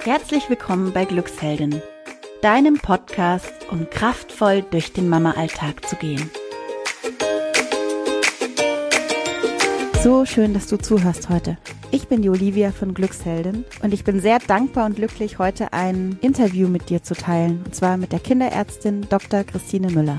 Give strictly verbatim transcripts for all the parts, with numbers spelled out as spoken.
Herzlich willkommen bei Glücksheldin, deinem Podcast, um kraftvoll durch den Mama-Alltag zu gehen. So schön, dass du zuhörst heute. Ich bin die Olivia von Glücksheldin und ich bin sehr dankbar und glücklich, heute ein Interview mit dir zu teilen, und zwar mit der Kinderärztin Doktor Christine Müller.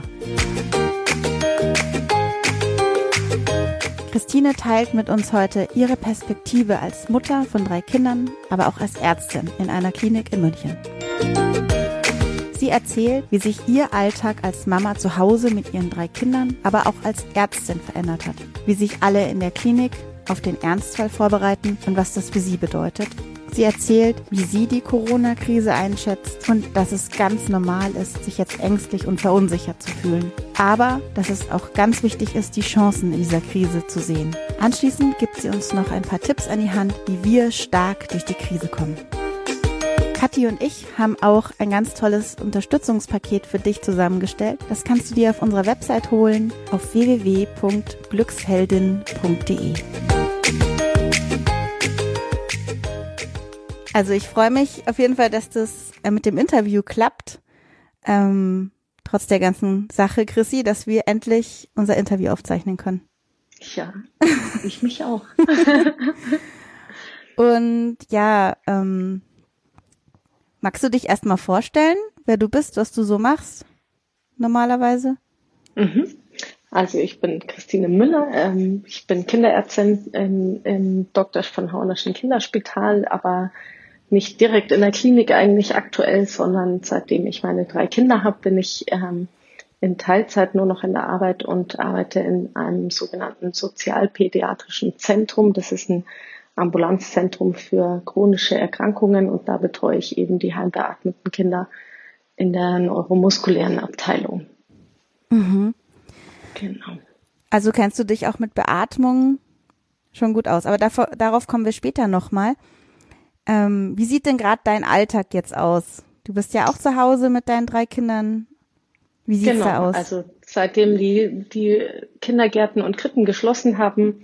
Christine teilt mit uns heute ihre Perspektive als Mutter von drei Kindern, aber auch als Ärztin in einer Klinik in München. Sie erzählt, wie sich ihr Alltag als Mama zu Hause mit ihren drei Kindern, aber auch als Ärztin verändert hat, wie sich alle in der Klinik auf den Ernstfall vorbereiten und was das für sie bedeutet. Sie erzählt, wie sie die Corona-Krise einschätzt und dass es ganz normal ist, sich jetzt ängstlich und verunsichert zu fühlen. Aber dass es auch ganz wichtig ist, die Chancen in dieser Krise zu sehen. Anschließend gibt sie uns noch ein paar Tipps an die Hand, wie wir stark durch die Krise kommen. Kathi und ich haben auch ein ganz tolles Unterstützungspaket für dich zusammengestellt. Das kannst du dir auf unserer Website holen, auf w w w punkt glücksheldin punkt d e. Also ich freue mich auf jeden Fall, dass das mit dem Interview klappt, ähm, trotz der ganzen Sache, Chrissy, dass wir endlich unser Interview aufzeichnen können. Ja, ich mich auch. Und ja, ähm, magst du dich erstmal vorstellen, wer du bist, was du so machst, normalerweise? Mhm. Also ich bin Christine Müller, ähm, ich bin Kinderärztin im, im Doktor von Haunerschen Kinderspital, aber nicht direkt in der Klinik eigentlich aktuell, sondern seitdem ich meine drei Kinder habe, bin ich ähm, in Teilzeit nur noch in der Arbeit und arbeite in einem sogenannten sozialpädiatrischen Zentrum. Das ist ein Ambulanzzentrum für chronische Erkrankungen und da betreue ich eben die heimbeatmeten Kinder in der neuromuskulären Abteilung. Mhm. Genau. Also kennst du dich auch mit Beatmung schon gut aus, aber davor, darauf kommen wir später nochmal. Ähm, wie sieht denn gerade dein Alltag jetzt aus? Du bist ja auch zu Hause mit deinen drei Kindern. Wie sieht's genau, da aus? Also seitdem die, die Kindergärten und Krippen geschlossen haben,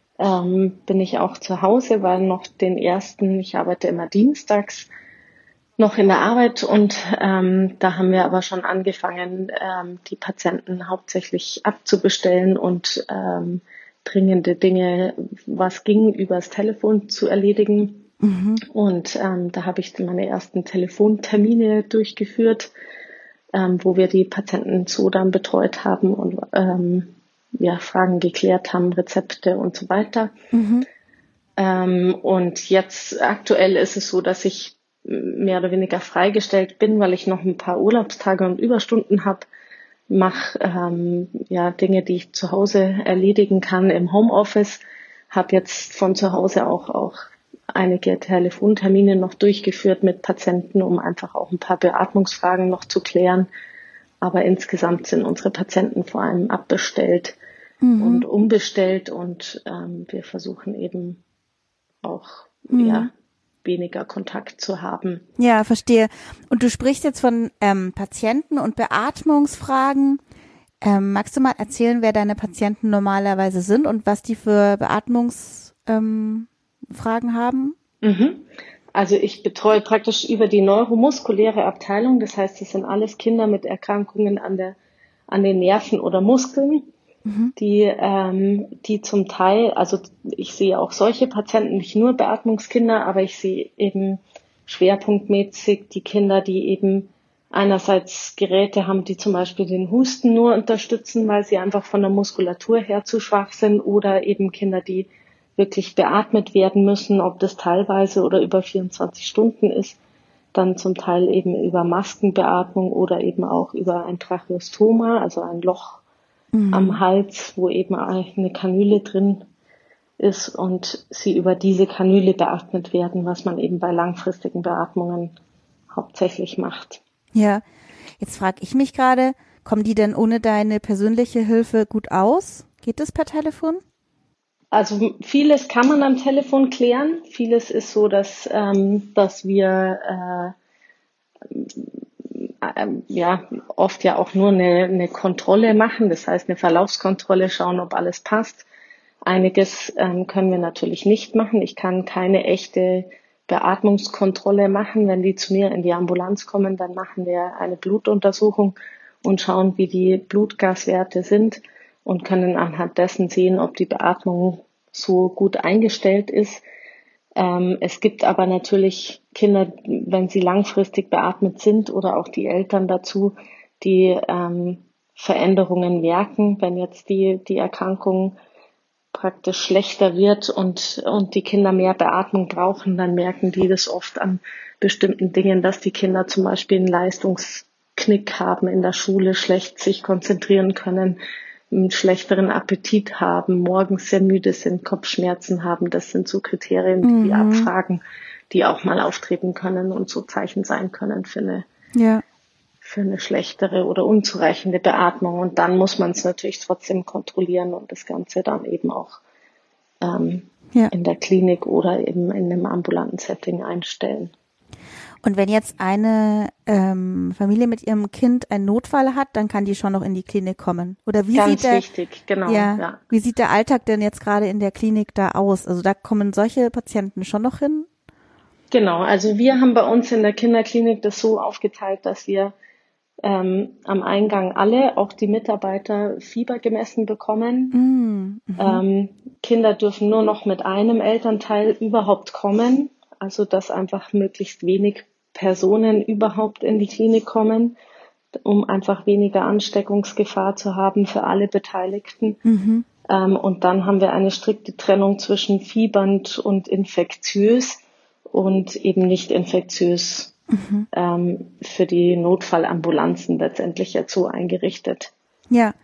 ähm, bin ich auch zu Hause, weil noch den ersten, ich arbeite immer dienstags, noch in der Arbeit und ähm, da haben wir aber schon angefangen, ähm, die Patienten hauptsächlich abzubestellen und ähm, dringende Dinge, was ging, übers Telefon zu erledigen. Mhm. Und ähm, da habe ich meine ersten Telefontermine durchgeführt, ähm, wo wir die Patienten so dann betreut haben und ähm, ja, Fragen geklärt haben, Rezepte und so weiter. Mhm. Ähm, und jetzt aktuell ist es so, dass ich mehr oder weniger freigestellt bin, weil ich noch ein paar Urlaubstage und Überstunden habe, mache ähm, ja Dinge, die ich zu Hause erledigen kann im Homeoffice, habe jetzt von zu Hause auch auch einige Telefontermine noch durchgeführt mit Patienten, um einfach auch ein paar Beatmungsfragen noch zu klären. Aber insgesamt sind unsere Patienten vor allem abbestellt mhm. und umbestellt und ähm, wir versuchen eben auch mhm. ja weniger Kontakt zu haben. Ja, verstehe. Und du sprichst jetzt von ähm, Patienten und Beatmungsfragen. Ähm, magst du mal erzählen, wer deine Patienten normalerweise sind und was die für Beatmungsfragen ähm, haben? Mhm. Also ich betreue praktisch über die neuromuskuläre Abteilung. Das heißt, das sind alles Kinder mit Erkrankungen an der an den Nerven oder Muskeln. Mhm. Die, ähm, die zum Teil, also ich sehe auch solche Patienten, nicht nur Beatmungskinder, aber ich sehe eben schwerpunktmäßig die Kinder, die eben einerseits Geräte haben, die zum Beispiel den Husten nur unterstützen, weil sie einfach von der Muskulatur her zu schwach sind, oder eben Kinder, die wirklich beatmet werden müssen, ob das teilweise oder über vierundzwanzig Stunden ist, dann zum Teil eben über Maskenbeatmung oder eben auch über ein Tracheostoma, also ein Loch mhm. am Hals, wo eben eine Kanüle drin ist und sie über diese Kanüle beatmet werden, was man eben bei langfristigen Beatmungen hauptsächlich macht. Ja, jetzt frage ich mich gerade, kommen die denn ohne deine persönliche Hilfe gut aus? Geht das per Telefon? Also vieles kann man am Telefon klären. Vieles ist so, dass, ähm, dass wir äh, äh, ja oft ja auch nur eine, eine Kontrolle machen. Das heißt, eine Verlaufskontrolle, schauen, ob alles passt. Einiges ähm, können wir natürlich nicht machen. Ich kann keine echte Beatmungskontrolle machen. Wenn die zu mir in die Ambulanz kommen, dann machen wir eine Blutuntersuchung und schauen, wie die Blutgaswerte sind und können anhand dessen sehen, ob die Beatmung so gut eingestellt ist. Ähm, es gibt aber natürlich Kinder, wenn sie langfristig beatmet sind oder auch die Eltern dazu, die ähm, Veränderungen merken, wenn jetzt die, die Erkrankung praktisch schlechter wird und, und die Kinder mehr Beatmung brauchen, dann merken die das oft an bestimmten Dingen, dass die Kinder zum Beispiel einen Leistungsknick haben in der Schule, schlecht sich konzentrieren können, einen schlechteren Appetit haben, morgens sehr müde sind, Kopfschmerzen haben. Das sind so Kriterien, die mhm. wir abfragen, die auch mal auftreten können und so Zeichen sein können für eine, ja. für eine schlechtere oder unzureichende Beatmung. Und dann muss man es natürlich trotzdem kontrollieren und das Ganze dann eben auch ähm, ja. in der Klinik oder eben in einem ambulanten Setting einstellen. Und wenn jetzt eine ähm, Familie mit ihrem Kind einen Notfall hat, dann kann die schon noch in die Klinik kommen. Oder wie Ganz sieht der, wichtig, genau. Ja, ja. Wie sieht der Alltag denn jetzt gerade in der Klinik da aus? Also da kommen solche Patienten schon noch hin? Genau, also wir haben bei uns in der Kinderklinik das so aufgeteilt, dass wir ähm, am Eingang alle, auch die Mitarbeiter, Fieber gemessen bekommen. Mm, mhm. ähm, Kinder dürfen nur noch mit einem Elternteil überhaupt kommen, also dass einfach möglichst wenig Personen überhaupt in die Klinik kommen, um einfach weniger Ansteckungsgefahr zu haben für alle Beteiligten. Mhm. Ähm, und dann haben wir eine strikte Trennung zwischen fiebernd und infektiös und eben nicht infektiös mhm. ähm, für die Notfallambulanzen letztendlich jetzt so eingerichtet. Ja.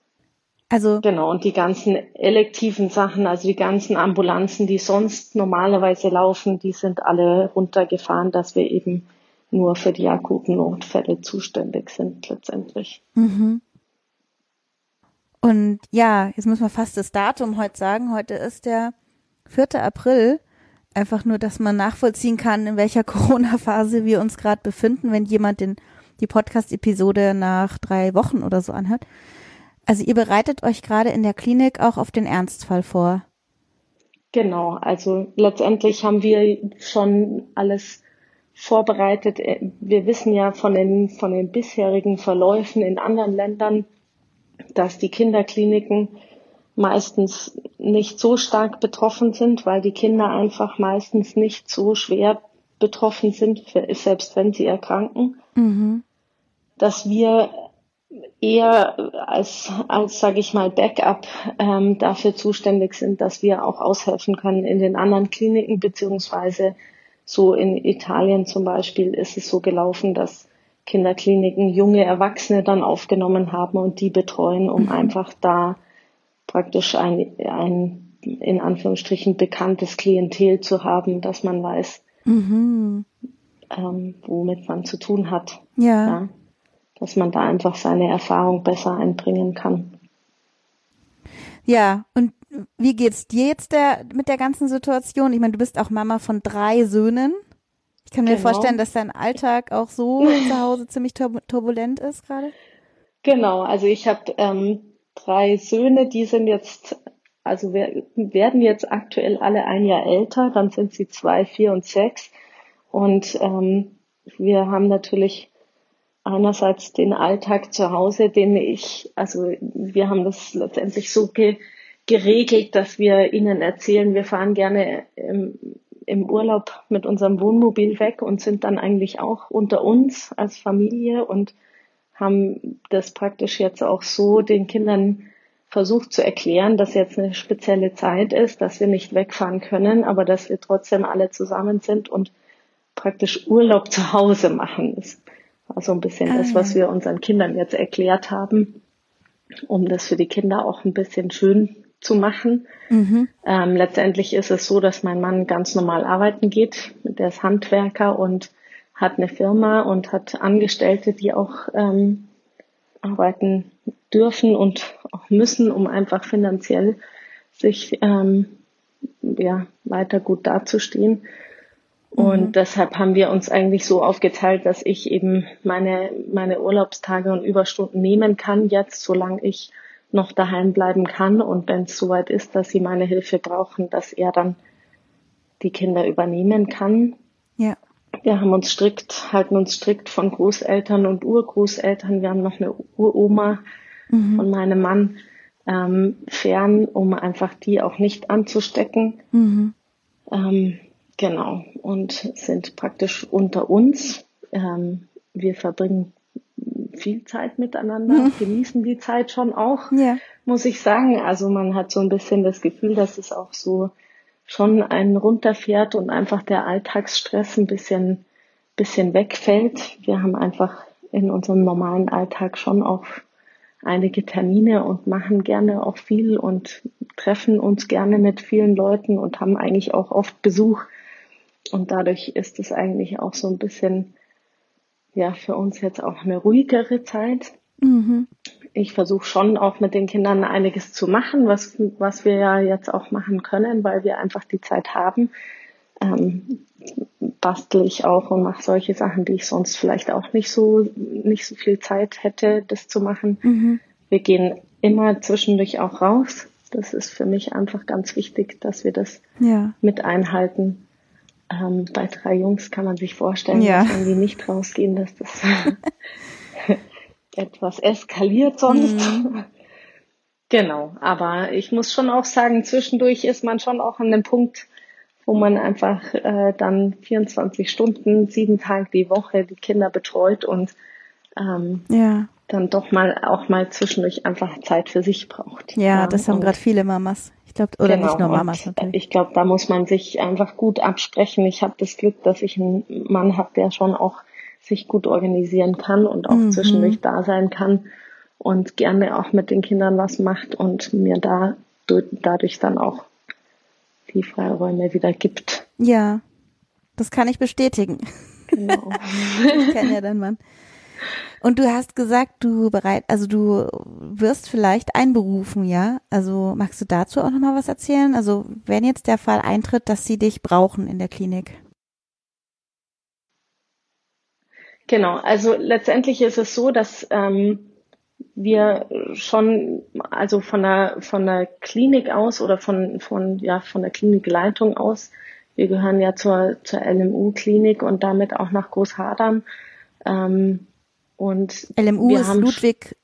Also genau, und die ganzen elektiven Sachen, also die ganzen Ambulanzen, die sonst normalerweise laufen, die sind alle runtergefahren, dass wir eben nur für die akuten Notfälle zuständig sind letztendlich. Mhm. Und ja, jetzt müssen wir fast das Datum heute sagen. Heute ist der vierter April. Einfach nur, dass man nachvollziehen kann, in welcher Corona-Phase wir uns gerade befinden, wenn jemand den, die Podcast-Episode nach drei Wochen oder so anhört. Also ihr bereitet euch gerade in der Klinik auch auf den Ernstfall vor. Genau, also letztendlich haben wir schon alles vorbereitet. Wir wissen ja von den, von den bisherigen Verläufen in anderen Ländern, dass die Kinderkliniken meistens nicht so stark betroffen sind, weil die Kinder einfach meistens nicht so schwer betroffen sind, selbst wenn sie erkranken. Mhm. Dass wir eher als, als sage ich mal, Backup ähm, dafür zuständig sind, dass wir auch aushelfen können in den anderen Kliniken, beziehungsweise so in Italien zum Beispiel ist es so gelaufen, dass Kinderkliniken junge Erwachsene dann aufgenommen haben und die betreuen, um mhm. einfach da praktisch ein, ein in Anführungsstrichen bekanntes Klientel zu haben, dass man weiß, mhm. ähm, womit man zu tun hat. Ja. ja. Dass man da einfach seine Erfahrung besser einbringen kann. Ja, und wie geht's dir jetzt der, mit der ganzen Situation? Ich meine, du bist auch Mama von drei Söhnen. Ich kann mir genau. vorstellen, dass dein Alltag auch so zu Hause ziemlich turbulent ist gerade. Genau, also ich habe ähm, drei Söhne, die sind jetzt, also wir werden jetzt aktuell alle ein Jahr älter, dann sind sie zwei, vier und sechs. Und ähm, wir haben natürlich einerseits den Alltag zu Hause, den ich, also wir haben das letztendlich so ge, geregelt, dass wir ihnen erzählen, wir fahren gerne im, im Urlaub mit unserem Wohnmobil weg und sind dann eigentlich auch unter uns als Familie und haben das praktisch jetzt auch so den Kindern versucht zu erklären, dass jetzt eine spezielle Zeit ist, dass wir nicht wegfahren können, aber dass wir trotzdem alle zusammen sind und praktisch Urlaub zu Hause machen. Das war so ein bisschen ah, das, was wir unseren Kindern jetzt erklärt haben, um das für die Kinder auch ein bisschen schön zu machen. Mhm. Ähm, letztendlich ist es so, dass mein Mann ganz normal arbeiten geht. Der ist Handwerker und hat eine Firma und hat Angestellte, die auch ähm, arbeiten dürfen und auch müssen, um einfach finanziell sich ähm, ja, weiter gut dazustehen. Und mhm. deshalb haben wir uns eigentlich so aufgeteilt, dass ich eben meine, meine Urlaubstage und Überstunden nehmen kann jetzt, solange ich noch daheim bleiben kann. Und wenn es soweit ist, dass sie meine Hilfe brauchen, dass er dann die Kinder übernehmen kann. Ja. Wir haben uns strikt, halten uns strikt von Großeltern und Urgroßeltern. Wir haben noch eine Uroma mhm. von meinem Mann ähm, fern, um einfach die auch nicht anzustecken. Mhm. Ähm, genau. Und sind praktisch unter uns. Ähm, wir verbringen viel Zeit miteinander, mhm. genießen die Zeit schon auch, ja. muss ich sagen. Also man hat so ein bisschen das Gefühl, dass es auch so schon einen runterfährt und einfach der Alltagsstress ein bisschen, bisschen wegfällt. Wir haben einfach in unserem normalen Alltag schon auch einige Termine und machen gerne auch viel und treffen uns gerne mit vielen Leuten und haben eigentlich auch oft Besuch. Und dadurch ist es eigentlich auch so ein bisschen, ja, für uns jetzt auch eine ruhigere Zeit. Mhm. Ich versuche schon auch mit den Kindern einiges zu machen, was, was wir ja jetzt auch machen können, weil wir einfach die Zeit haben. Ähm, bastel ich auch und mache solche Sachen, die ich sonst vielleicht auch nicht so, nicht so viel Zeit hätte, das zu machen. Mhm. Wir gehen immer zwischendurch auch raus. Das ist für mich einfach ganz wichtig, dass wir das ja. mit einhalten. Ähm, bei drei Jungs kann man sich vorstellen, ja. dass wenn die nicht rausgehen, dass das etwas eskaliert sonst. Mhm. Genau, aber ich muss schon auch sagen, zwischendurch ist man schon auch an dem Punkt, wo man einfach äh, dann vierundzwanzig Stunden, sieben Tage die Woche die Kinder betreut und ähm, ja. dann doch mal auch mal zwischendurch einfach Zeit für sich braucht. Ja, ja. Das haben gerade viele Mamas. Ich glaube, oder genau, nicht nur Mamas natürlich. Ich glaube, da muss man sich einfach gut absprechen. Ich habe das Glück, dass ich einen Mann habe, der schon auch sich gut organisieren kann und auch mhm. zwischendurch da sein kann und gerne auch mit den Kindern was macht und mir da dadurch dann auch die Freiräume wieder gibt. Ja, das kann ich bestätigen. Genau. Ich kenne ja deinen Mann. Und du hast gesagt, du bereit, also du wirst vielleicht einberufen, ja? Also magst du dazu auch nochmal was erzählen? Also wenn jetzt der Fall eintritt, dass sie dich brauchen in der Klinik. Genau, also letztendlich ist es so, dass ähm, wir schon, also von der von der Klinik aus oder von von ja von der Klinikleitung aus, wir gehören ja zur zur L M U-Klinik und damit auch nach Großhadern. Ähm, und L M U wir ist haben Ludwig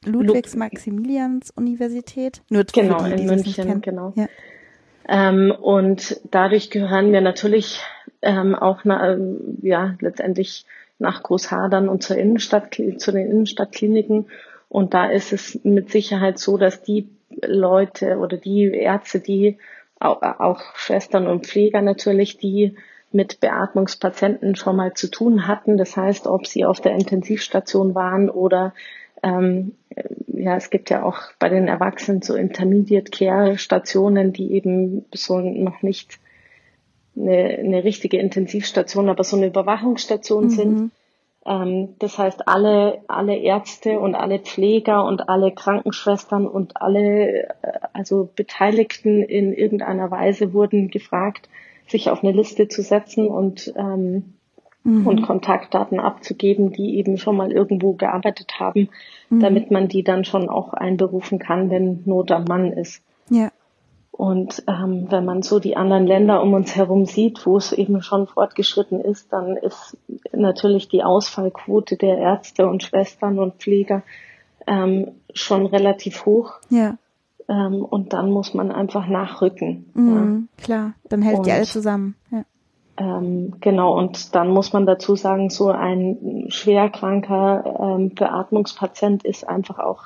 Ludwigs-Maximilians-Universität. Nur genau die, die in München, genau. Ja. Ähm, und dadurch gehören wir natürlich ähm, auch na, ja letztendlich nach Großhadern und zur Innenstadt, zu den Innenstadtkliniken. Und da ist es mit Sicherheit so, dass die Leute oder die Ärzte, die auch, auch Schwestern und Pfleger natürlich, die mit Beatmungspatienten schon mal zu tun hatten. Das heißt, ob sie auf der Intensivstation waren oder ähm, ja, es gibt ja auch bei den Erwachsenen so Intermediate Care Stationen, die eben so noch nicht eine, eine richtige Intensivstation, aber so eine Überwachungsstation mhm. sind. Ähm, das heißt, alle, alle Ärzte und alle Pfleger und alle Krankenschwestern und alle, äh, also Beteiligten in irgendeiner Weise wurden gefragt, sich auf eine Liste zu setzen und, ähm, mhm. und Kontaktdaten abzugeben, die eben schon mal irgendwo gearbeitet haben, mhm. damit man die dann schon auch einberufen kann, wenn Not am Mann ist. Ja. Und ähm, wenn man so die anderen Länder um uns herum sieht, wo es eben schon fortgeschritten ist, dann ist natürlich die Ausfallquote der Ärzte und Schwestern und Pfleger ähm, schon relativ hoch. Ja. Ähm, und dann muss man einfach nachrücken. Mhm, ja. Klar, dann hält die alle zusammen. Ja. Ähm, genau, und dann muss man dazu sagen, so ein schwerkranker ähm, Beatmungspatient ist einfach auch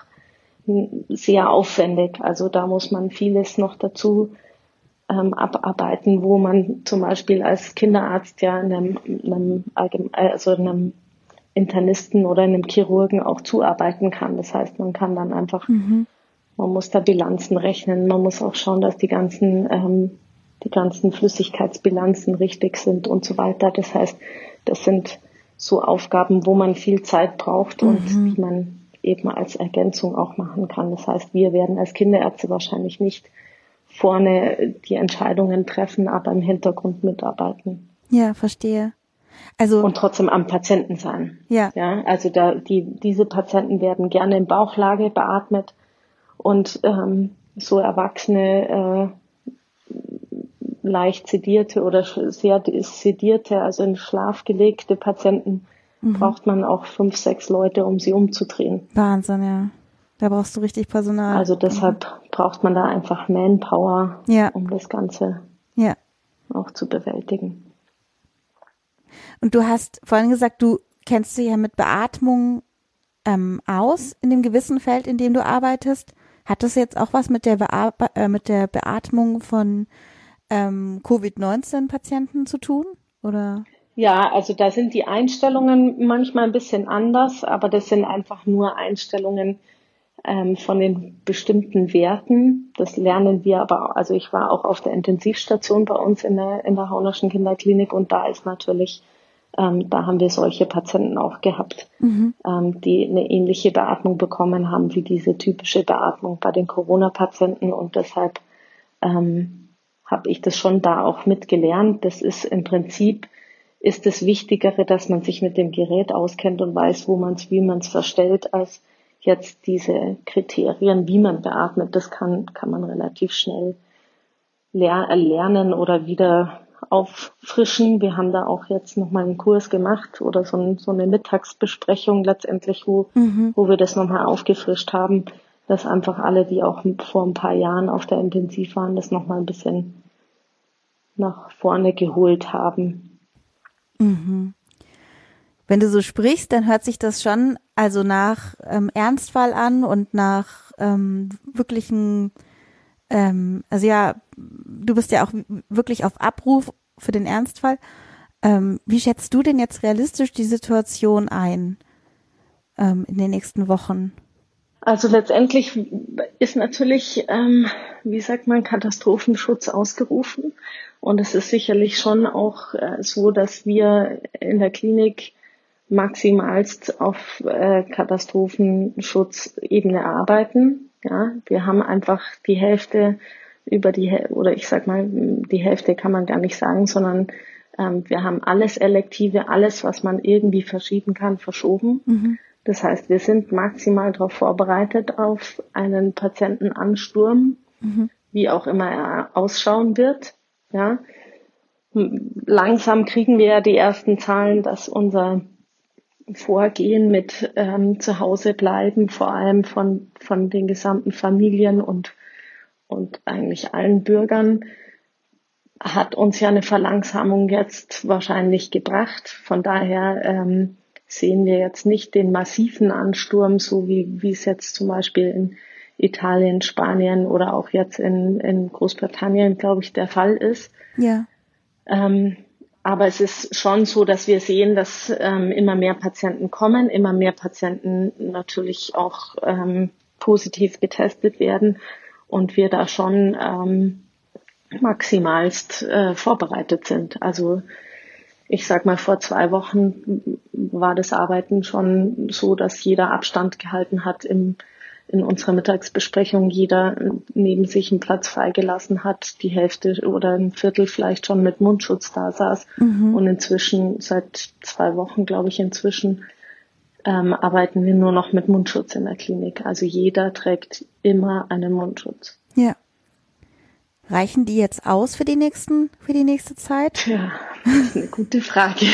sehr aufwendig. Also da muss man vieles noch dazu ähm, abarbeiten, wo man zum Beispiel als Kinderarzt ja einem, einem, also einem Internisten oder einem Chirurgen auch zuarbeiten kann. Das heißt, man kann dann einfach, mhm. man muss da Bilanzen rechnen, man muss auch schauen, dass die ganzen, ähm, die ganzen Flüssigkeitsbilanzen richtig sind und so weiter. Das heißt, das sind so Aufgaben, wo man viel Zeit braucht mhm. und die man eben als Ergänzung auch machen kann. Das heißt, wir werden als Kinderärzte wahrscheinlich nicht vorne die Entscheidungen treffen, aber im Hintergrund mitarbeiten. Ja, verstehe. Also und trotzdem am Patienten sein. Ja. Ja, also da die diese Patienten werden gerne in Bauchlage beatmet und ähm, so Erwachsene äh, leicht sedierte oder sehr sedierte, also in Schlaf gelegte Patienten, mhm. braucht man auch fünf, sechs Leute, um sie umzudrehen. Wahnsinn, ja. Da brauchst du richtig Personal. Also deshalb mhm. braucht man da einfach Manpower, ja. um das Ganze ja. auch zu bewältigen. Und du hast vorhin gesagt, du kennst dich ja mit Beatmung ähm, aus in dem gewissen Feld, in dem du arbeitest. Hat das jetzt auch was mit der, Bea- äh, mit der Beatmung von ähm, Covid neunzehn Patienten zu tun? Oder? Ja, also da sind die Einstellungen manchmal ein bisschen anders, aber das sind einfach nur Einstellungen ähm, von den bestimmten Werten. Das lernen wir aber, auch. Also ich war auch auf der Intensivstation bei uns in der, in der Haunerschen Kinderklinik und da ist natürlich, ähm, da haben wir solche Patienten auch gehabt, mhm. ähm, die eine ähnliche Beatmung bekommen haben wie diese typische Beatmung bei den Corona-Patienten und deshalb ähm, habe ich das schon da auch mitgelernt. Das ist im Prinzip ist das Wichtigere, dass man sich mit dem Gerät auskennt und weiß, wo man es, wie man es verstellt, als jetzt diese Kriterien, wie man beatmet. Das kann, kann man relativ schnell ler- lernen oder wieder auffrischen. Wir haben da auch jetzt nochmal einen Kurs gemacht oder so, ein, so eine Mittagsbesprechung letztendlich, wo, mhm. wo wir das nochmal aufgefrischt haben, dass einfach alle, die auch vor ein paar Jahren auf der Intensiv waren, das nochmal ein bisschen nach vorne geholt haben. Mhm. Wenn du so sprichst, dann hört sich das schon also nach ähm, Ernstfall an und nach ähm, wirklichen, ähm, also ja, du bist ja auch wirklich auf Abruf für den Ernstfall. Ähm, wie schätzt du denn jetzt realistisch die Situation ein ähm, in den nächsten Wochen? Also letztendlich ist natürlich, ähm, wie sagt man, Katastrophenschutz ausgerufen. Und es ist sicherlich schon auch äh, so, dass wir in der Klinik maximalst auf äh, Katastrophenschutzebene arbeiten. Ja, wir haben einfach die Hälfte über die, oder ich sag mal, die Hälfte kann man gar nicht sagen, sondern ähm, wir haben alles Elektive, alles, was man irgendwie verschieben kann, verschoben. Mhm. Das heißt, wir sind maximal darauf vorbereitet auf einen Patientenansturm, mhm. wie auch immer er ausschauen wird. Ja, langsam kriegen wir ja die ersten Zahlen, dass unser Vorgehen mit ähm, zu Hause bleiben, vor allem von von den gesamten Familien und und eigentlich allen Bürgern, hat uns ja eine Verlangsamung jetzt wahrscheinlich gebracht. Von daher ähm, sehen wir jetzt nicht den massiven Ansturm, so wie wie es jetzt zum Beispiel in Italien, Spanien oder auch jetzt in in Großbritannien, glaube ich, der Fall ist. Ja. Ähm, aber es ist schon so, dass wir sehen, dass ähm, immer mehr Patienten kommen, immer mehr Patienten natürlich auch ähm, positiv getestet werden und wir da schon ähm, maximalst äh, vorbereitet sind. Also ich sag mal, vor zwei Wochen war das Arbeiten schon so, dass jeder Abstand gehalten hat im in unserer Mittagsbesprechung, jeder neben sich einen Platz freigelassen hat, die Hälfte oder ein Viertel vielleicht schon mit Mundschutz da saß. Mhm. Und inzwischen, seit zwei Wochen, glaube ich, inzwischen, ähm, arbeiten wir nur noch mit Mundschutz in der Klinik. Also jeder trägt immer einen Mundschutz. Ja. Reichen die jetzt aus für die nächsten, für die nächste Zeit? Ja, das ist eine gute Frage.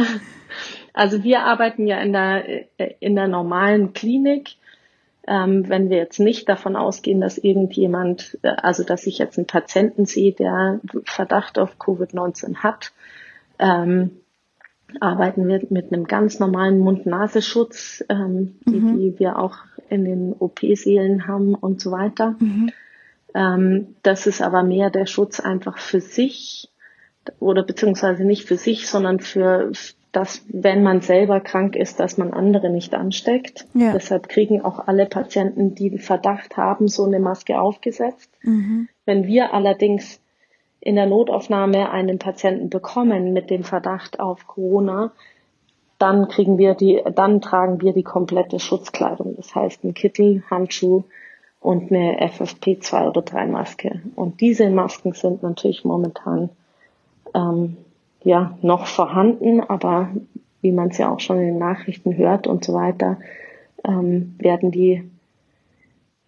Also wir arbeiten ja in der, in der normalen Klinik. Ähm, wenn wir jetzt nicht davon ausgehen, dass irgendjemand, also dass ich jetzt einen Patienten sehe, der Verdacht auf Covid neunzehn hat, ähm, arbeiten wir mit einem ganz normalen Mund-Nasenschutz, ähm, die, mhm. die wir auch in den O P-Sälen haben und so weiter. Mhm. Ähm, das ist aber mehr der Schutz einfach für sich oder beziehungsweise nicht für sich, sondern für dass, wenn man selber krank ist, dass man andere nicht ansteckt. Ja. Deshalb kriegen auch alle Patienten, die Verdacht haben, so eine Maske aufgesetzt. Mhm. Wenn wir allerdings in der Notaufnahme einen Patienten bekommen mit dem Verdacht auf Corona, dann kriegen wir die, dann tragen wir die komplette Schutzkleidung. Das heißt, ein Kittel, Handschuh und eine F F P zwei oder drei Maske. Und diese Masken sind natürlich momentan ähm, ja noch vorhanden, aber wie man es ja auch schon in den Nachrichten hört und so weiter, ähm, werden die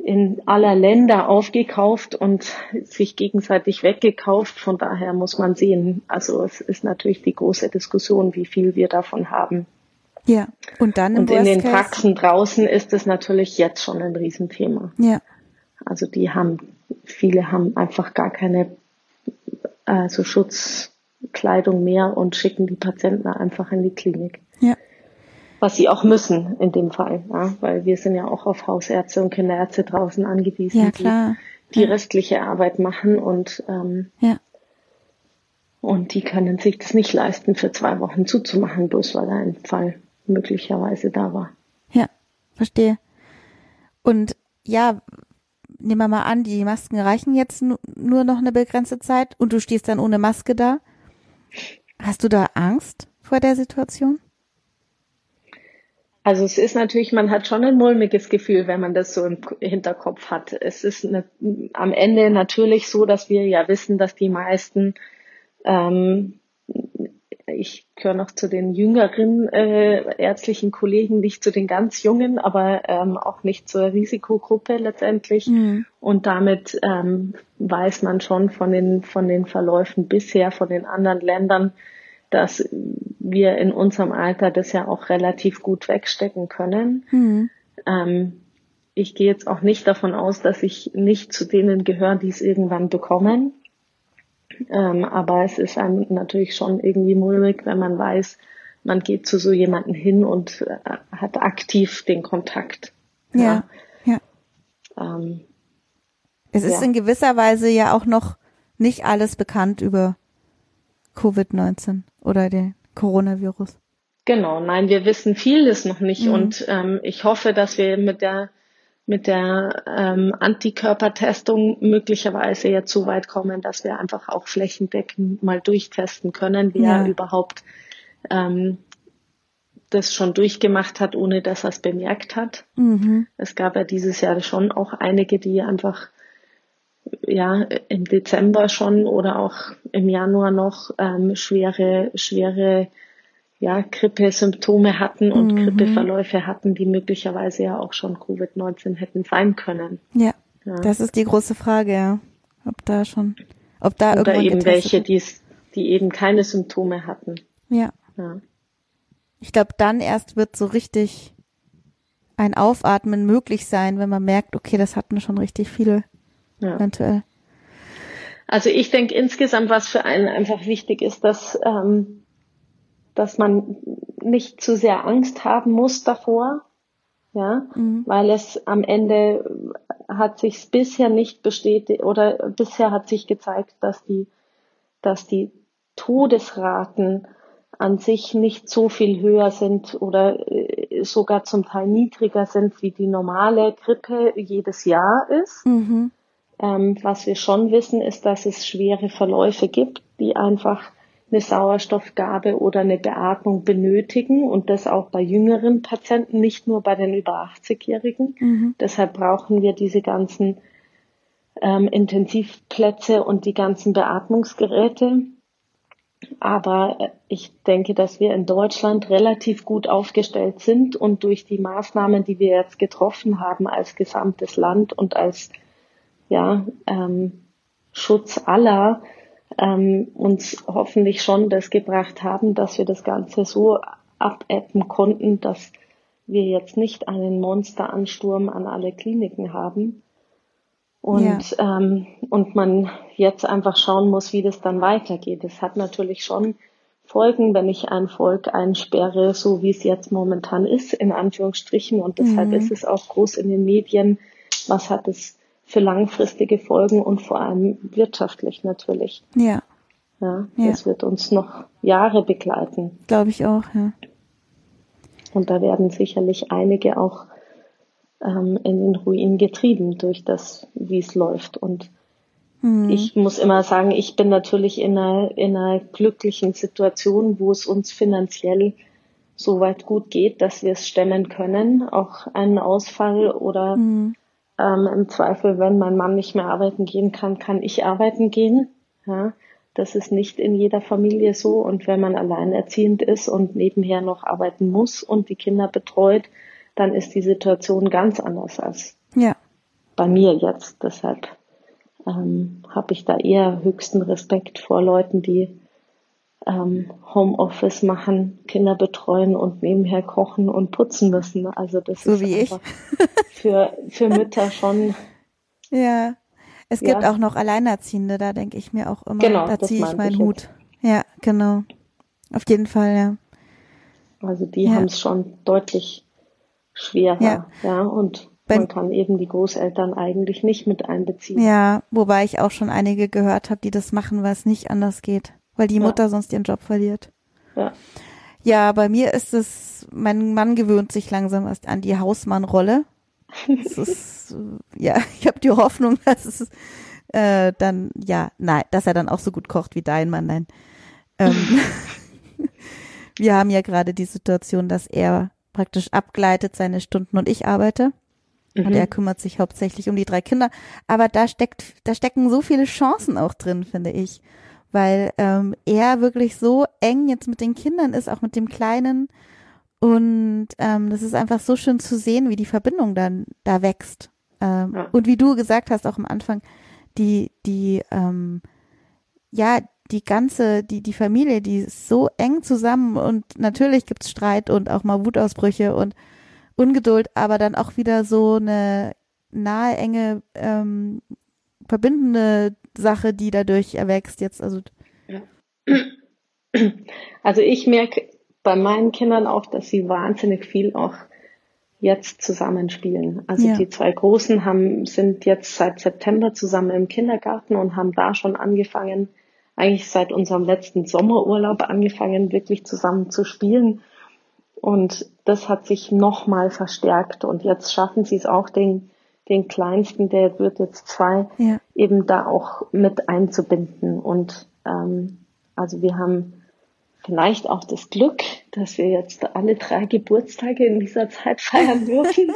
in aller Länder aufgekauft und sich gegenseitig weggekauft. Von daher muss man sehen. Also es ist natürlich die große Diskussion, wie viel wir davon haben. Ja, und dann im Und in den Worst Case? Praxen draußen ist es natürlich jetzt schon ein Riesenthema. Ja. Also die haben, viele haben einfach gar keine also Schutzkleidung mehr und schicken die Patienten einfach in die Klinik. Ja. Was sie auch müssen in dem Fall, ja, weil wir sind ja auch auf Hausärzte und Kinderärzte draußen angewiesen, Ja, klar. die die ja. restliche Arbeit machen und ähm, ja. und die können sich das nicht leisten, für zwei Wochen zuzumachen, bloß weil ein Fall möglicherweise da war. Ja, verstehe. Und ja, nehmen wir mal an, die Masken reichen jetzt nu- nur noch eine begrenzte Zeit und du stehst dann ohne Maske da. Hast du da Angst vor der Situation? Also es ist natürlich, man hat schon ein mulmiges Gefühl, wenn man das so im Hinterkopf hat. Es ist eine, am Ende natürlich so, dass wir ja wissen, dass die meisten, ähm, ich gehöre noch zu den jüngeren äh, ärztlichen Kollegen, nicht zu den ganz jungen, aber ähm, auch nicht zur Risikogruppe letztendlich. Mhm. Und damit ähm, weiß man schon von den von den Verläufen bisher von den anderen Ländern, dass wir in unserem Alter das ja auch relativ gut wegstecken können. Mhm. Ähm, ich gehe jetzt auch nicht davon aus, dass ich nicht zu denen gehöre, die es irgendwann bekommen. Ähm, aber es ist einem natürlich schon irgendwie mulmig, wenn man weiß, man geht zu so jemanden hin und äh, hat aktiv den Kontakt. Ja, ja. ja. Ähm, Es ist ja. in gewisser Weise ja auch noch nicht alles bekannt über Covid neunzehn oder den Coronavirus. Genau, nein, wir wissen vieles noch nicht Mhm. und ähm, ich hoffe, dass wir mit der mit der ähm, Antikörpertestung möglicherweise jetzt so weit kommen, dass wir einfach auch flächendeckend mal durchtesten können, wer Ja. überhaupt ähm, das schon durchgemacht hat, ohne dass er es bemerkt hat. Mhm. Es gab ja dieses Jahr schon auch einige, die einfach ja im Dezember schon oder auch im Januar noch ähm, schwere, schwere ja, Grippesymptome hatten und Mhm. Grippeverläufe hatten, die möglicherweise ja auch schon Covid neunzehn hätten sein können. Ja, Ja. das ist die große Frage, ja. Ob da schon, ob da Oder irgendwann eben getestet welche, wird. die's, die eben keine Symptome hatten. Ja. Ja. Ich glaube, dann erst wird so richtig ein Aufatmen möglich sein, wenn man merkt, okay, das hatten schon richtig viele Ja. eventuell. Also ich denke insgesamt, was für einen einfach wichtig ist, dass, ähm, dass man nicht zu sehr Angst haben muss davor, ja, Mhm. weil es am Ende hat sich bisher nicht bestätigt oder bisher hat sich gezeigt, dass die, dass die Todesraten an sich nicht so viel höher sind oder äh, sogar zum Teil niedriger sind, wie die normale Grippe jedes Jahr ist. Mhm. Ähm, was wir schon wissen, ist, dass es schwere Verläufe gibt, die einfach eine Sauerstoffgabe oder eine Beatmung benötigen und das auch bei jüngeren Patienten, nicht nur bei den über achtzig-Jährigen. Mhm. Deshalb brauchen wir diese ganzen ähm, Intensivplätze und die ganzen Beatmungsgeräte. Aber ich denke, dass wir in Deutschland relativ gut aufgestellt sind und durch die Maßnahmen, die wir jetzt getroffen haben als gesamtes Land und als ja, ähm, Schutz aller, ähm, uns hoffentlich schon das gebracht haben, dass wir das Ganze so abappen konnten, dass wir jetzt nicht einen Monsteransturm an alle Kliniken haben. Und, ja. ähm, und man jetzt einfach schauen muss, wie das dann weitergeht. Das hat natürlich schon Folgen, wenn ich ein Volk einsperre, so wie es jetzt momentan ist, in Anführungsstrichen. Und deshalb Mhm. ist es auch groß in den Medien. Was hat es für langfristige Folgen und vor allem wirtschaftlich natürlich. Ja. Ja, Ja. das wird uns noch Jahre begleiten. Glaube ich auch, ja. Und da werden sicherlich einige auch ähm, in den Ruin getrieben durch das, wie es läuft. Und Mhm. ich muss immer sagen, ich bin natürlich in einer, in einer glücklichen Situation, wo es uns finanziell so weit gut geht, dass wir es stemmen können, auch einen Ausfall oder Mhm. ähm, im Zweifel, wenn mein Mann nicht mehr arbeiten gehen kann, kann ich arbeiten gehen. Ja, das ist nicht in jeder Familie so. Und wenn man alleinerziehend ist und nebenher noch arbeiten muss und die Kinder betreut, dann ist die Situation ganz anders als Ja. bei mir jetzt. Deshalb ähm, habe ich da eher höchsten Respekt vor Leuten, die ähm, Homeoffice machen, Kinder betreuen und nebenher kochen und putzen müssen. Also das So ist wie einfach ich. für, für Mütter schon, Ja. Es gibt ja, auch noch Alleinerziehende, da denke ich mir auch immer, genau, da das ziehe ich meinte meinen ich jetzt. Hut. Ja, genau. Auf jeden Fall, ja. Also die Ja, haben es schon deutlich ja. schwerer, ja, und Bei, man kann eben die Großeltern eigentlich nicht mit einbeziehen. ja, wobei ich auch schon einige gehört habe, die das machen, weil es nicht anders geht, weil die Ja, Mutter sonst ihren Job verliert. ja. Ja, bei mir ist es, mein Mann gewöhnt sich langsam erst an die Hausmannrolle. Es ist, äh, ja, ich habe die Hoffnung, dass es äh, dann, ja, nein, dass er dann auch so gut kocht wie dein Mann, nein. Ähm, wir haben ja gerade die Situation, dass er praktisch abgleitet seine Stunden und ich arbeite. Und er Mhm. kümmert sich hauptsächlich um die drei Kinder. Aber da steckt, da stecken so viele Chancen auch drin, finde ich. Weil ähm, er wirklich so eng jetzt mit den Kindern ist, auch mit dem Kleinen. Und ähm, das ist einfach so schön zu sehen, wie die Verbindung dann da wächst. Ähm, Ja, und wie du gesagt hast, auch am Anfang, die, die, ähm, ja, die ganze, die, die Familie, die ist so eng zusammen und natürlich gibt's Streit und auch mal Wutausbrüche und Ungeduld, aber dann auch wieder so eine nahe, enge, ähm, verbindende Sache, die dadurch erwächst jetzt. Also ja. Also ich merke bei meinen Kindern auch, dass sie wahnsinnig viel auch jetzt zusammenspielen. Also ja, die zwei Großen haben, sind jetzt seit September zusammen im Kindergarten und haben da schon angefangen, eigentlich seit unserem letzten Sommerurlaub angefangen, wirklich zusammen zu spielen. Und das hat sich nochmal verstärkt. Und jetzt schaffen sie es auch, den, den Kleinsten, der wird jetzt zwei, ja. eben da auch mit einzubinden. Und ähm, also wir haben vielleicht auch das Glück, dass wir jetzt alle drei Geburtstage in dieser Zeit feiern dürfen.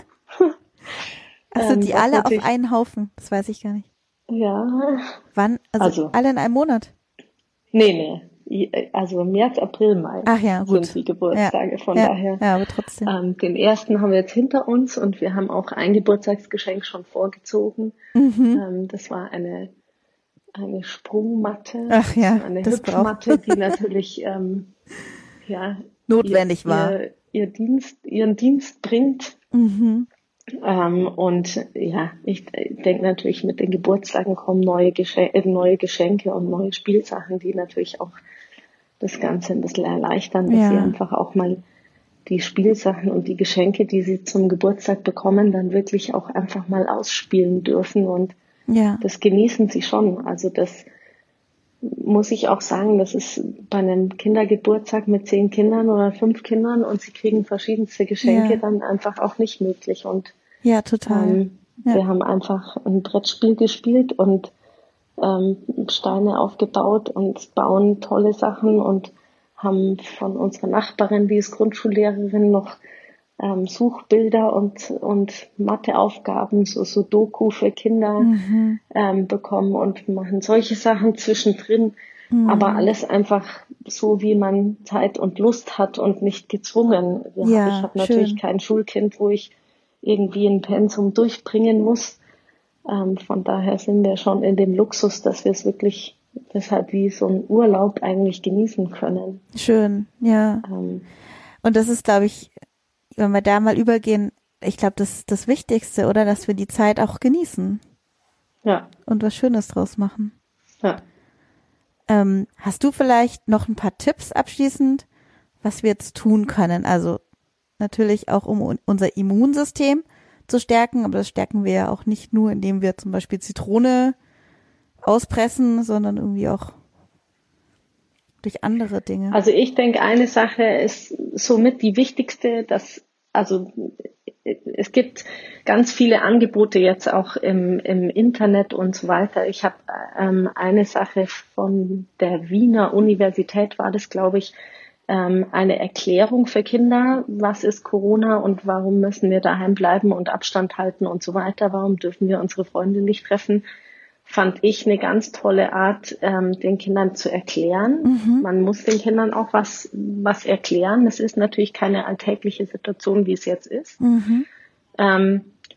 Achso, ähm, die was alle auf natürlich, einen Haufen. Das weiß ich gar nicht. ja, Wann? Also also, alle in einem Monat? nee, nee, I- also März, April, Mai Ach ja, sind gut. die Ja, Geburtstage. Von ja, daher, ja, aber trotzdem. ähm, den ersten haben wir jetzt hinter uns und wir haben auch ein Geburtstagsgeschenk schon vorgezogen. Mhm. Ähm, das war eine, eine Sprungmatte, Ach ja, eine das braucht Hüpfmatte, die natürlich, ähm, ja, ihr, notwendig war. ihr, ihr Dienst, ihren Dienst bringt. Mhm. Ähm, und ja, ich denke natürlich, mit den Geburtstagen kommen neue, Geschenke, äh, neue Geschenke und neue Spielsachen, die natürlich auch das Ganze ein bisschen erleichtern, dass sie Ja, einfach auch mal die Spielsachen und die Geschenke, die sie zum Geburtstag bekommen, dann wirklich auch einfach mal ausspielen dürfen. Und ja, das genießen sie schon. Also das muss ich auch sagen, das ist bei einem Kindergeburtstag mit zehn Kindern oder fünf Kindern und sie kriegen verschiedenste Geschenke ja, dann einfach auch nicht möglich. Und ja, total. ähm, Ja, wir haben einfach ein Brettspiel gespielt und ähm, Steine aufgebaut und bauen tolle Sachen und haben von unserer Nachbarin, die ist Grundschullehrerin, noch ähm, Suchbilder und, und Matheaufgaben, so Sudoku für Kinder mhm. ähm, bekommen und machen solche Sachen zwischendrin. Aber Mhm. alles einfach so, wie man Zeit und Lust hat und nicht gezwungen. Ja, ich Ja, habe natürlich schön. kein Schulkind, wo ich irgendwie ein Pensum durchbringen muss. Ähm, von daher sind wir schon in dem Luxus, dass wir es wirklich deshalb wie so ein Urlaub eigentlich genießen können. Schön, ja. Ähm, Und das ist, glaube ich, wenn wir da mal übergehen, ich glaube, das ist das Wichtigste, oder? Dass wir die Zeit auch genießen ja, und was Schönes draus machen. ja. Ähm, hast du vielleicht noch ein paar Tipps abschließend, was wir jetzt tun können? Also natürlich auch, um un- unser Immunsystem zu stärken, aber das stärken wir ja auch nicht nur, indem wir zum Beispiel Zitrone auspressen, sondern irgendwie auch durch andere Dinge. Also ich denke, eine Sache ist somit die wichtigste, dass, also es gibt ganz viele Angebote jetzt auch im, im Internet und so weiter. Ich habe ähm, eine Sache von der Wiener Universität, war das, glaube ich, ähm, eine Erklärung für Kinder, was ist Corona und warum müssen wir daheim bleiben und Abstand halten und so weiter, warum dürfen wir unsere Freunde nicht treffen, fand ich eine ganz tolle Art, ähm, den Kindern zu erklären. Mhm. Man muss den Kindern auch was, was erklären. Es ist natürlich keine alltägliche Situation, wie es jetzt ist. Mhm. Ähm,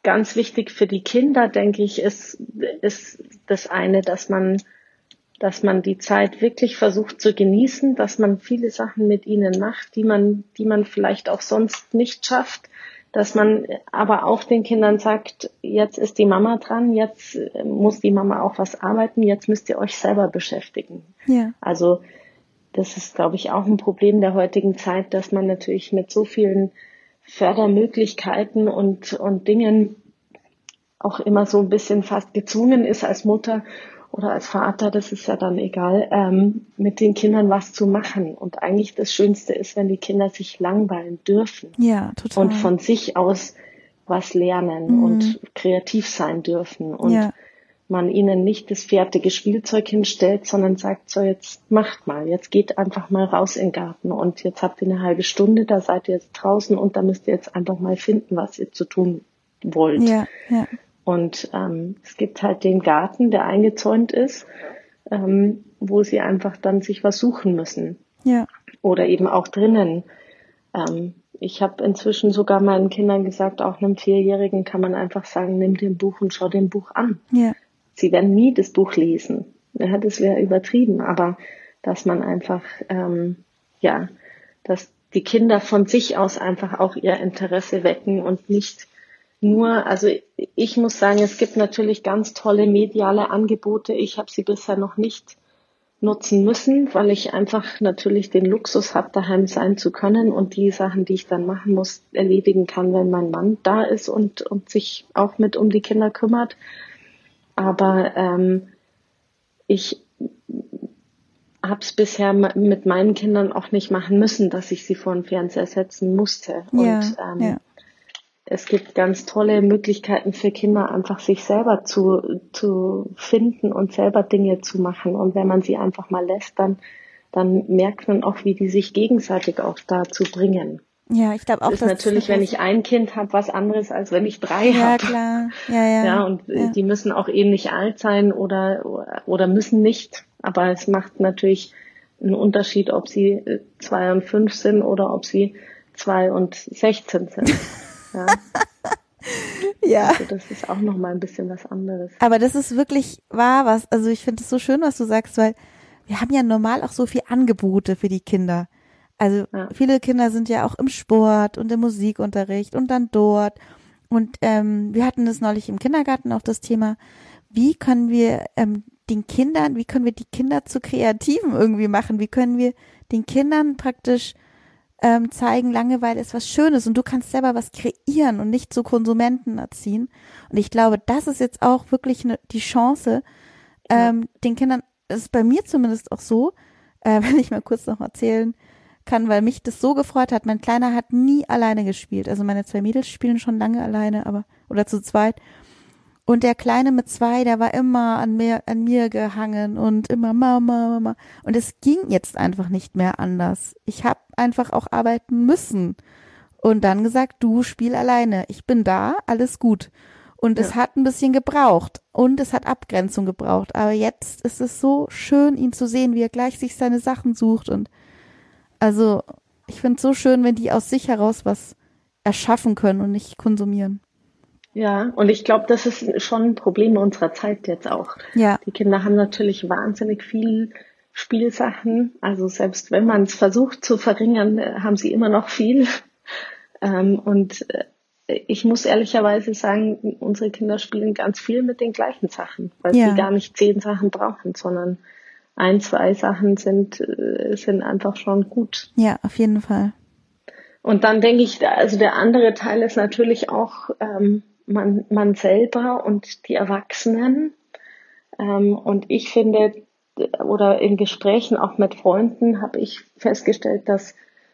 ganz wichtig für die Kinder, denke ich, ist, ist das eine, dass man, dass man die Zeit wirklich versucht zu genießen, dass man viele Sachen mit ihnen macht, die man, die man vielleicht auch sonst nicht schafft, dass man aber auch den Kindern sagt, jetzt ist die Mama dran, jetzt muss die Mama auch was arbeiten, jetzt müsst ihr euch selber beschäftigen. Ja. Also das ist, glaube ich, auch ein Problem der heutigen Zeit, dass man natürlich mit so vielen Fördermöglichkeiten und, und Dingen auch immer so ein bisschen fast gezwungen ist als Mutter oder als Vater, das ist ja dann egal, ähm, mit den Kindern was zu machen. Und eigentlich das Schönste ist, wenn die Kinder sich langweilen dürfen. Ja, total. Und von sich aus was lernen Mhm. und kreativ sein dürfen. Und Ja. man ihnen nicht das fertige Spielzeug hinstellt, sondern sagt, so jetzt macht mal, jetzt geht einfach mal raus in den Garten und jetzt habt ihr eine halbe Stunde, da seid ihr jetzt draußen und da müsst ihr jetzt einfach mal finden, was ihr zu tun wollt. Ja, ja. Und ähm, es gibt halt den Garten, der eingezäunt ist, ähm, wo sie einfach dann sich was suchen müssen. Ja. Oder eben auch drinnen. Ähm, ich habe inzwischen sogar meinen Kindern gesagt, auch einem Vierjährigen kann man einfach sagen, nimm dir ein Buch und schau dir ein Buch an. Ja. Sie werden nie das Buch lesen. Ja, das wäre übertrieben, aber dass man einfach, ähm, ja, dass die Kinder von sich aus einfach auch ihr Interesse wecken und nicht nur, also ich muss sagen, es gibt natürlich ganz tolle mediale Angebote. Ich habe sie bisher noch nicht nutzen müssen, weil ich einfach natürlich den Luxus habe, daheim sein zu können und die Sachen, die ich dann machen muss, erledigen kann, wenn mein Mann da ist und, und sich auch mit um die Kinder kümmert. Aber ähm, ich habe es bisher mit meinen Kindern auch nicht machen müssen, dass ich sie vor den Fernseher setzen musste. Ja, und ähm, ja. es gibt ganz tolle Möglichkeiten für Kinder, einfach sich selber zu, zu finden und selber Dinge zu machen. Und wenn man sie einfach mal lässt, dann, dann merkt man auch, wie die sich gegenseitig auch dazu bringen. Ja, ich glaube auch, das ist natürlich, wenn ich ein Kind habe, was anderes, als wenn ich drei ja, habe. Ja, klar. Ja, ja. Ja, und ja. die müssen auch ähnlich alt sein oder, oder müssen nicht. Aber es macht natürlich einen Unterschied, ob sie zwei und fünf sind oder ob sie zwei und sechzehn sind. Ja. Ja. Also das ist auch nochmal ein bisschen was anderes. Aber das ist wirklich wahr, was, also ich finde es so schön, was du sagst, weil wir haben ja normal auch so viel Angebote für die Kinder. Also Ja. viele Kinder sind ja auch im Sport und im Musikunterricht und dann dort. Und ähm, wir hatten das neulich im Kindergarten auch das Thema, wie können wir ähm, den Kindern, wie können wir die Kinder zu Kreativen irgendwie machen? Wie können wir den Kindern praktisch ähm, zeigen, Langeweile ist was Schönes und du kannst selber was kreieren und nicht zu Konsumenten erziehen. Und ich glaube, das ist jetzt auch wirklich ne, die Chance, ähm, ja. den Kindern, das ist bei mir zumindest auch so, äh, wenn ich mal kurz noch erzählen kann, weil mich das so gefreut hat. Mein Kleiner hat nie alleine gespielt. Also meine zwei Mädels spielen schon lange alleine, aber oder zu zweit. Und der Kleine mit zwei, der war immer an mir, an mir gehangen und immer Mama, Mama. Und es ging jetzt einfach nicht mehr anders. Ich habe einfach auch arbeiten müssen. Und dann gesagt, du spiel alleine. Ich bin da, alles gut. Und ja. es hat ein bisschen gebraucht. Und es hat Abgrenzung gebraucht. Aber jetzt ist es so schön, ihn zu sehen, wie er gleich sich seine Sachen sucht. Und also, ich finde es so schön, wenn die aus sich heraus was erschaffen können und nicht konsumieren. Ja, und ich glaube, das ist schon ein Problem unserer Zeit jetzt auch. Ja. Die Kinder haben natürlich wahnsinnig viel Spielsachen. Also selbst wenn man es versucht zu verringern, haben sie immer noch viel. Ähm, und ich muss ehrlicherweise sagen, unsere Kinder spielen ganz viel mit den gleichen Sachen, weil ja. sie gar nicht zehn Sachen brauchen, sondern ein, zwei Sachen sind, sind einfach schon gut. Ja, auf jeden Fall. Und dann denke ich, also der andere Teil ist natürlich auch ähm, man, man selber und die Erwachsenen. Ähm, und ich finde, oder in Gesprächen auch mit Freunden habe ich festgestellt, dass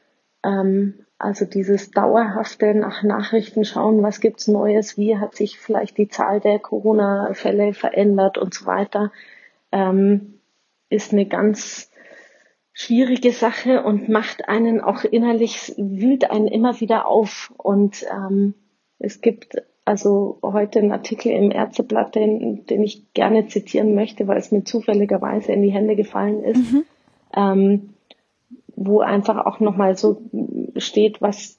ähm, also dieses dauerhafte nach Nachrichten schauen, was gibt's Neues, wie hat sich vielleicht die Zahl der Corona-Fälle verändert und so weiter, ähm, ist eine ganz schwierige Sache und macht einen auch innerlich, wühlt einen immer wieder auf. Und ähm, es gibt also heute einen Artikel im Ärzteblatt, den, den ich gerne zitieren möchte, weil es mir zufälligerweise in die Hände gefallen ist, Mhm. ähm, wo einfach auch nochmal so steht, was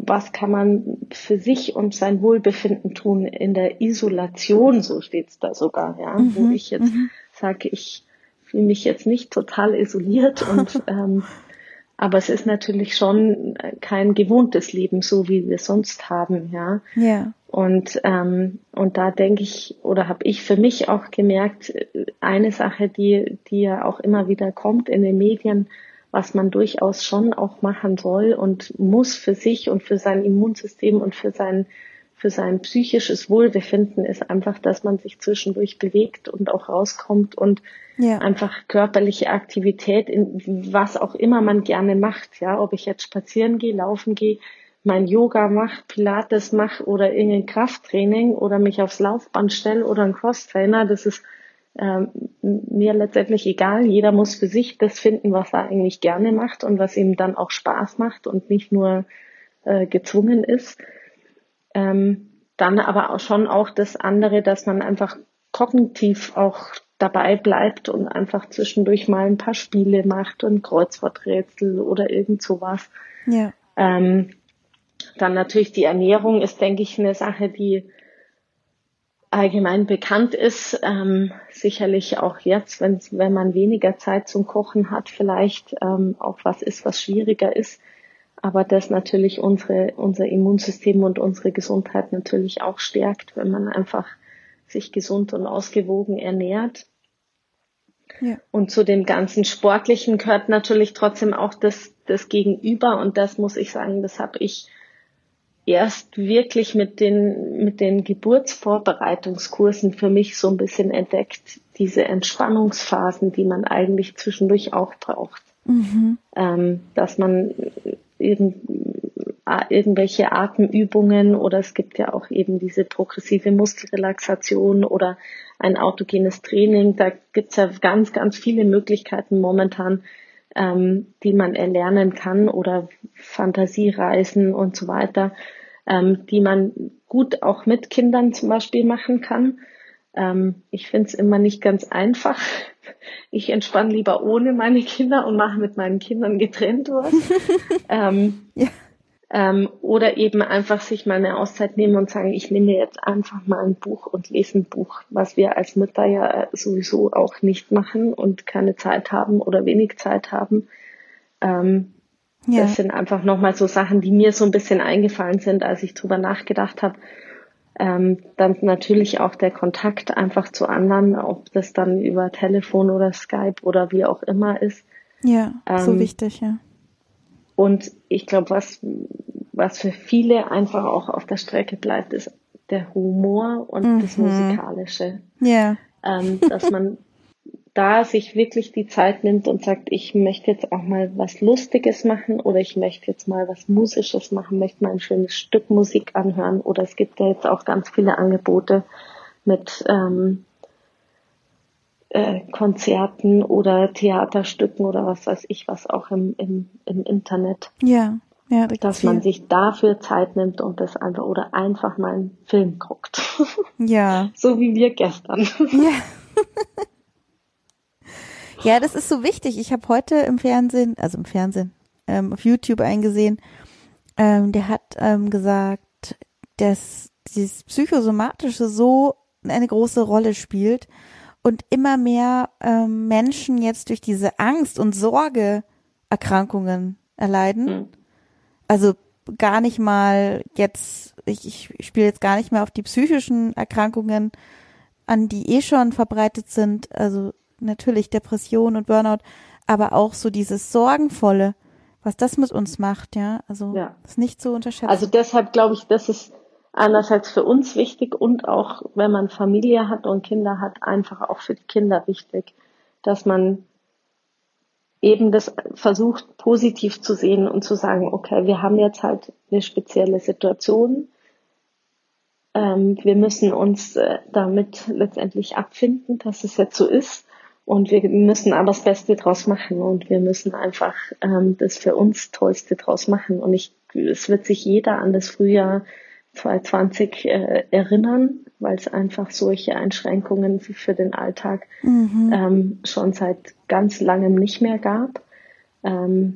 was kann man für sich und sein Wohlbefinden tun in der Isolation, so steht's da sogar, ja, Mhm, wo ich jetzt mhm. sage, ich fühle mich jetzt nicht total isoliert und ähm, aber es ist natürlich schon kein gewohntes Leben, so wie wir sonst haben, ja. Ja. Und ähm, und da denke ich oder habe ich für mich auch gemerkt, eine Sache, die die ja auch immer wieder kommt in den Medien, was man durchaus schon auch machen soll und muss für sich und für sein Immunsystem und für sein für sein psychisches Wohlbefinden, ist einfach, dass man sich zwischendurch bewegt und auch rauskommt und Ja. einfach körperliche Aktivität, in was auch immer man gerne macht, ja, ob ich jetzt spazieren gehe, laufen gehe, mein Yoga mache, Pilates mache oder irgendein Krafttraining oder mich aufs Laufband stelle oder ein Crosstrainer, das ist ähm, mir letztendlich egal. Jeder muss für sich das finden, was er eigentlich gerne macht und was ihm dann auch Spaß macht und nicht nur äh, gezwungen ist. Ähm, dann aber auch schon auch das andere, dass man einfach kognitiv auch dabei bleibt und einfach zwischendurch mal ein paar Spiele macht und Kreuzworträtsel oder irgend sowas. Ja. Ähm, dann natürlich die Ernährung ist, denke ich, eine Sache, die allgemein bekannt ist. Ähm, sicherlich auch jetzt, wenn, wenn man weniger Zeit zum Kochen hat, vielleicht ähm, auch was ist, was schwieriger ist. Aber das natürlich unsere, unser Immunsystem und unsere Gesundheit natürlich auch stärkt, wenn man einfach sich gesund und ausgewogen ernährt. Ja. Und zu dem ganzen Sportlichen gehört natürlich trotzdem auch das, das Gegenüber. Und das muss ich sagen, das habe ich erst wirklich mit den, mit den Geburtsvorbereitungskursen für mich so ein bisschen entdeckt. Diese Entspannungsphasen, die man eigentlich zwischendurch auch braucht. Mhm. Ähm, dass man irgend, irgendwelche Atemübungen oder es gibt ja auch eben diese progressive Muskelrelaxation oder ein autogenes Training. Da gibt es ja ganz, ganz viele Möglichkeiten momentan, ähm, die man erlernen kann oder Fantasiereisen und so weiter, ähm, die man gut auch mit Kindern zum Beispiel machen kann. Ähm, ich finde es immer nicht ganz einfach. Ich entspanne lieber ohne meine Kinder und mache mit meinen Kindern getrennt was. ähm, Ja. ähm, oder eben einfach sich mal eine Auszeit nehmen und sagen, ich nehme jetzt einfach mal ein Buch und lese ein Buch, was wir als Mütter ja sowieso auch nicht machen und keine Zeit haben oder wenig Zeit haben. Ähm, Ja. Das sind einfach nochmal so Sachen, die mir so ein bisschen eingefallen sind, als ich drüber nachgedacht habe. Ähm, dann natürlich auch der Kontakt einfach zu anderen, ob das dann über Telefon oder Skype oder wie auch immer ist. Ja, so Ähm, wichtig, ja. Und ich glaube, was, was für viele einfach auch auf der Strecke bleibt, ist der Humor und Mhm. das Musikalische. Ja. Ähm, dass man da sich wirklich die Zeit nimmt und sagt, ich möchte jetzt auch mal was Lustiges machen oder ich möchte jetzt mal was Musisches machen, möchte mal ein schönes Stück Musik anhören oder es gibt ja jetzt auch ganz viele Angebote mit ähm, äh, Konzerten oder Theaterstücken oder was weiß ich was auch im, im, im Internet, Ja. Ja, da gibt's dass viel. man sich dafür Zeit nimmt und das einfach oder einfach mal einen Film guckt. Ja. So wie wir gestern. Ja. Ja, das ist so wichtig. Ich habe heute im Fernsehen, also im Fernsehen, ähm, auf YouTube eingesehen, ähm, der hat ähm, gesagt, dass dieses Psychosomatische so eine große Rolle spielt und immer mehr ähm, Menschen jetzt durch diese Angst- und Sorgeerkrankungen erleiden. Mhm. Also gar nicht mal jetzt, ich, ich spiele jetzt gar nicht mehr auf die psychischen Erkrankungen an, die eh schon verbreitet sind, also natürlich Depression und Burnout, aber auch so dieses Sorgenvolle, was das mit uns macht, ja, also Ja. ist nicht zu unterschätzen. Also deshalb glaube ich, das ist einerseits für uns wichtig und auch, wenn man Familie hat und Kinder hat, einfach auch für die Kinder wichtig, dass man eben das versucht, positiv zu sehen und zu sagen, okay, wir haben jetzt halt eine spezielle Situation. Ähm, wir müssen uns äh, damit letztendlich abfinden, dass es jetzt so ist. Und wir müssen aber das Beste draus machen und wir müssen einfach ähm, das für uns Tollste draus machen. Und ich, es wird sich jeder an das Frühjahr zwanzig zwanzig äh, erinnern, weil es einfach solche Einschränkungen für den Alltag mhm. ähm, schon seit ganz langem nicht mehr gab. Ähm, es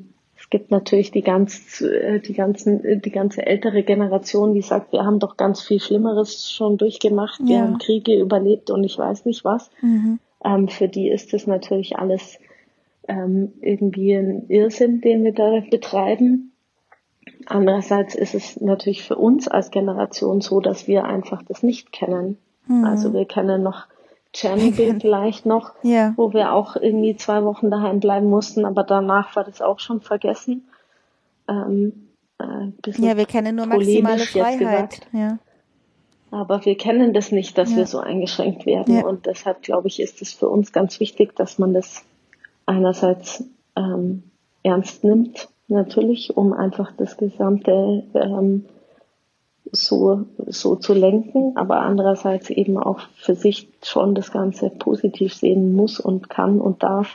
gibt natürlich die ganz, die ganzen, die ganze ältere Generation, die sagt, wir haben doch ganz viel Schlimmeres schon durchgemacht, wir Ja. haben Kriege überlebt und ich weiß nicht was. Mhm. Ähm, für die ist das natürlich alles ähm, irgendwie ein Irrsinn, den wir da betreiben. Andererseits ist es natürlich für uns als Generation so, dass wir einfach das nicht kennen. Mhm. Also wir kennen noch Tschernobyl vielleicht noch, Ja. wo wir auch irgendwie zwei Wochen daheim bleiben mussten, aber danach war das auch schon vergessen. Ähm, äh, bisschen Ja, wir kennen nur maximale polemisch jetzt Freiheit. gesagt. Ja. Aber wir kennen das nicht, dass Ja. wir so eingeschränkt werden. Ja. Und deshalb, glaube ich, ist es für uns ganz wichtig, dass man das einerseits ähm, ernst nimmt, natürlich, um einfach das gesamte ähm, so, so zu lenken, aber andererseits eben auch für sich schon das Ganze positiv sehen muss und kann und darf.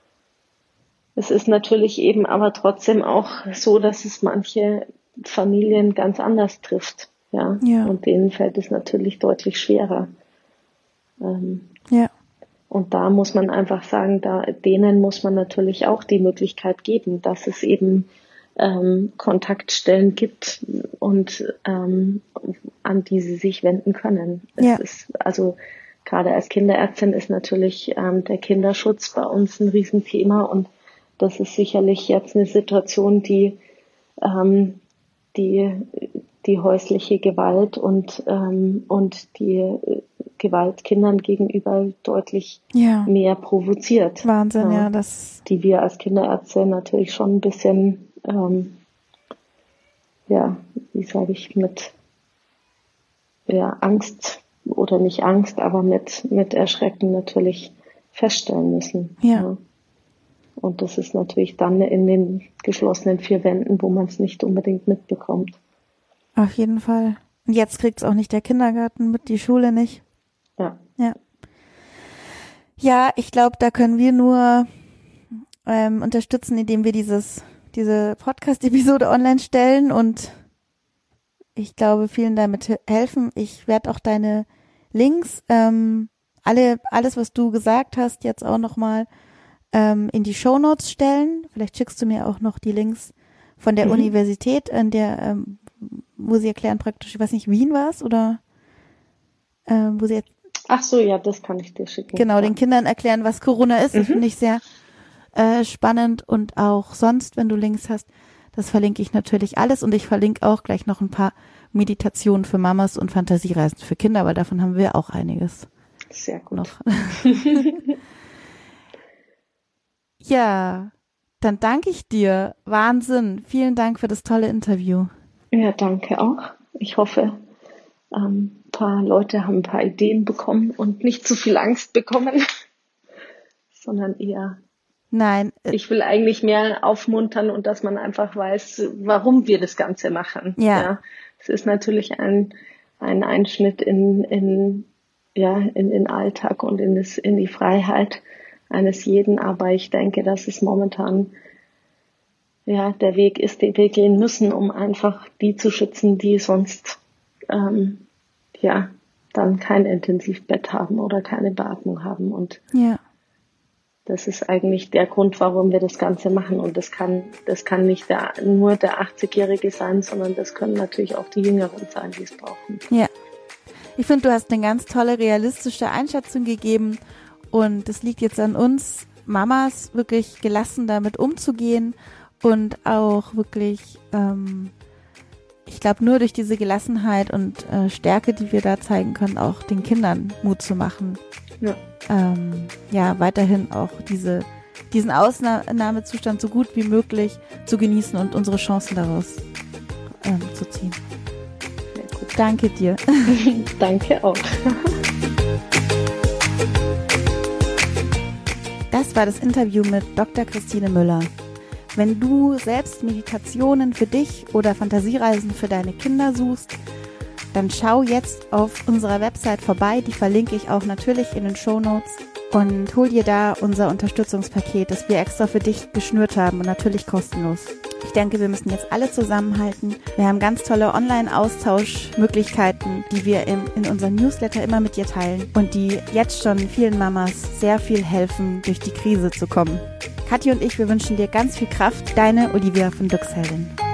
Es ist natürlich eben aber trotzdem auch so, dass es manche Familien ganz anders trifft, ja, Ja. und denen fällt es natürlich deutlich schwerer. Ähm, Ja. und da muss man einfach sagen, da denen muss man natürlich auch die Möglichkeit geben, dass es eben ähm, Kontaktstellen gibt und ähm, an die sie sich wenden können. Es Ja. ist, also gerade als Kinderärztin ist natürlich ähm, der Kinderschutz bei uns ein Riesenthema und das ist sicherlich jetzt eine Situation, die ähm, die die häusliche Gewalt und ähm, und die Gewalt Kindern gegenüber deutlich Ja. mehr provoziert. Wahnsinn, ja, das, Die wir als Kinderärzte natürlich schon ein bisschen, ähm, ja, wie sage ich, mit ja, Angst oder nicht Angst, aber mit mit Erschrecken natürlich feststellen müssen. Ja. Und das ist natürlich dann in den geschlossenen vier Wänden, wo man es nicht unbedingt mitbekommt. auf jeden Fall. Und jetzt kriegt's auch nicht der Kindergarten mit, die Schule nicht. Ja. Ja. Ja, ich glaube, da können wir nur ähm, unterstützen, indem wir dieses diese Podcast-Episode online stellen und ich glaube, vielen damit he- helfen. Ich werde auch deine Links, ähm, alle alles, was du gesagt hast, jetzt auch nochmal ähm, in die Shownotes stellen. Vielleicht schickst du mir auch noch die Links von der Mhm. Universität, an der, ähm, wo sie erklären praktisch, ich weiß nicht, Wien war es oder ähm, wo sie Ach so, ja, das kann ich dir schicken. genau ja. den Kindern erklären, was Corona ist. Das Mhm. finde ich sehr äh, spannend und auch sonst, wenn du Links hast, das verlinke ich natürlich alles und ich verlinke auch gleich noch ein paar Meditationen für Mamas und Fantasiereisen für Kinder, weil davon haben wir auch einiges Sehr gut. noch. Ja, dann danke ich dir. Wahnsinn. Vielen Dank für das tolle Interview. Ja, danke auch. Ich hoffe, ähm, ein paar Leute haben ein paar Ideen bekommen und nicht zu viel Angst bekommen, sondern eher, Nein, äh, ich will eigentlich mehr aufmuntern und dass man einfach weiß, warum wir das Ganze machen. Ja. Es ist natürlich ein, ein Einschnitt in, in, ja, in den Alltag und in, das, in die Freiheit eines jeden, aber ich denke, dass es momentan ja der Weg ist, den wir gehen müssen, um einfach die zu schützen, die sonst ähm, ja dann kein Intensivbett haben oder keine Beatmung haben. Und ja, das ist eigentlich der Grund, warum wir das Ganze machen. Und das kann, das kann nicht der, nur der achtzigjährige sein, sondern das können natürlich auch die Jüngeren sein, die es brauchen. ja. Ich finde, du hast eine ganz tolle, realistische Einschätzung gegeben und es liegt jetzt an uns, Mamas, wirklich gelassen damit umzugehen und auch wirklich, ähm, ich glaube, nur durch diese Gelassenheit und äh, Stärke, die wir da zeigen können, auch den Kindern Mut zu machen. Ja. Ähm, ja, weiterhin auch diese, diesen Ausnahmezustand so gut wie möglich zu genießen und unsere Chancen daraus ähm, zu ziehen. Sehr gut. Danke dir. Danke auch. Das war das Interview mit Doktor Christine Müller. Wenn du selbst Meditationen für dich oder Fantasiereisen für deine Kinder suchst, dann schau jetzt auf unserer Website vorbei, die verlinke ich auch natürlich in den Shownotes und hol dir da unser Unterstützungspaket, das wir extra für dich geschnürt haben und natürlich kostenlos. Ich denke, wir müssen jetzt alle zusammenhalten. Wir haben ganz tolle Online-Austauschmöglichkeiten, die wir in, in unserem Newsletter immer mit dir teilen und die jetzt schon vielen Mamas sehr viel helfen, durch die Krise zu kommen. Kathi und ich, wir wünschen dir ganz viel Kraft. Deine Olivia von Glücksheldin.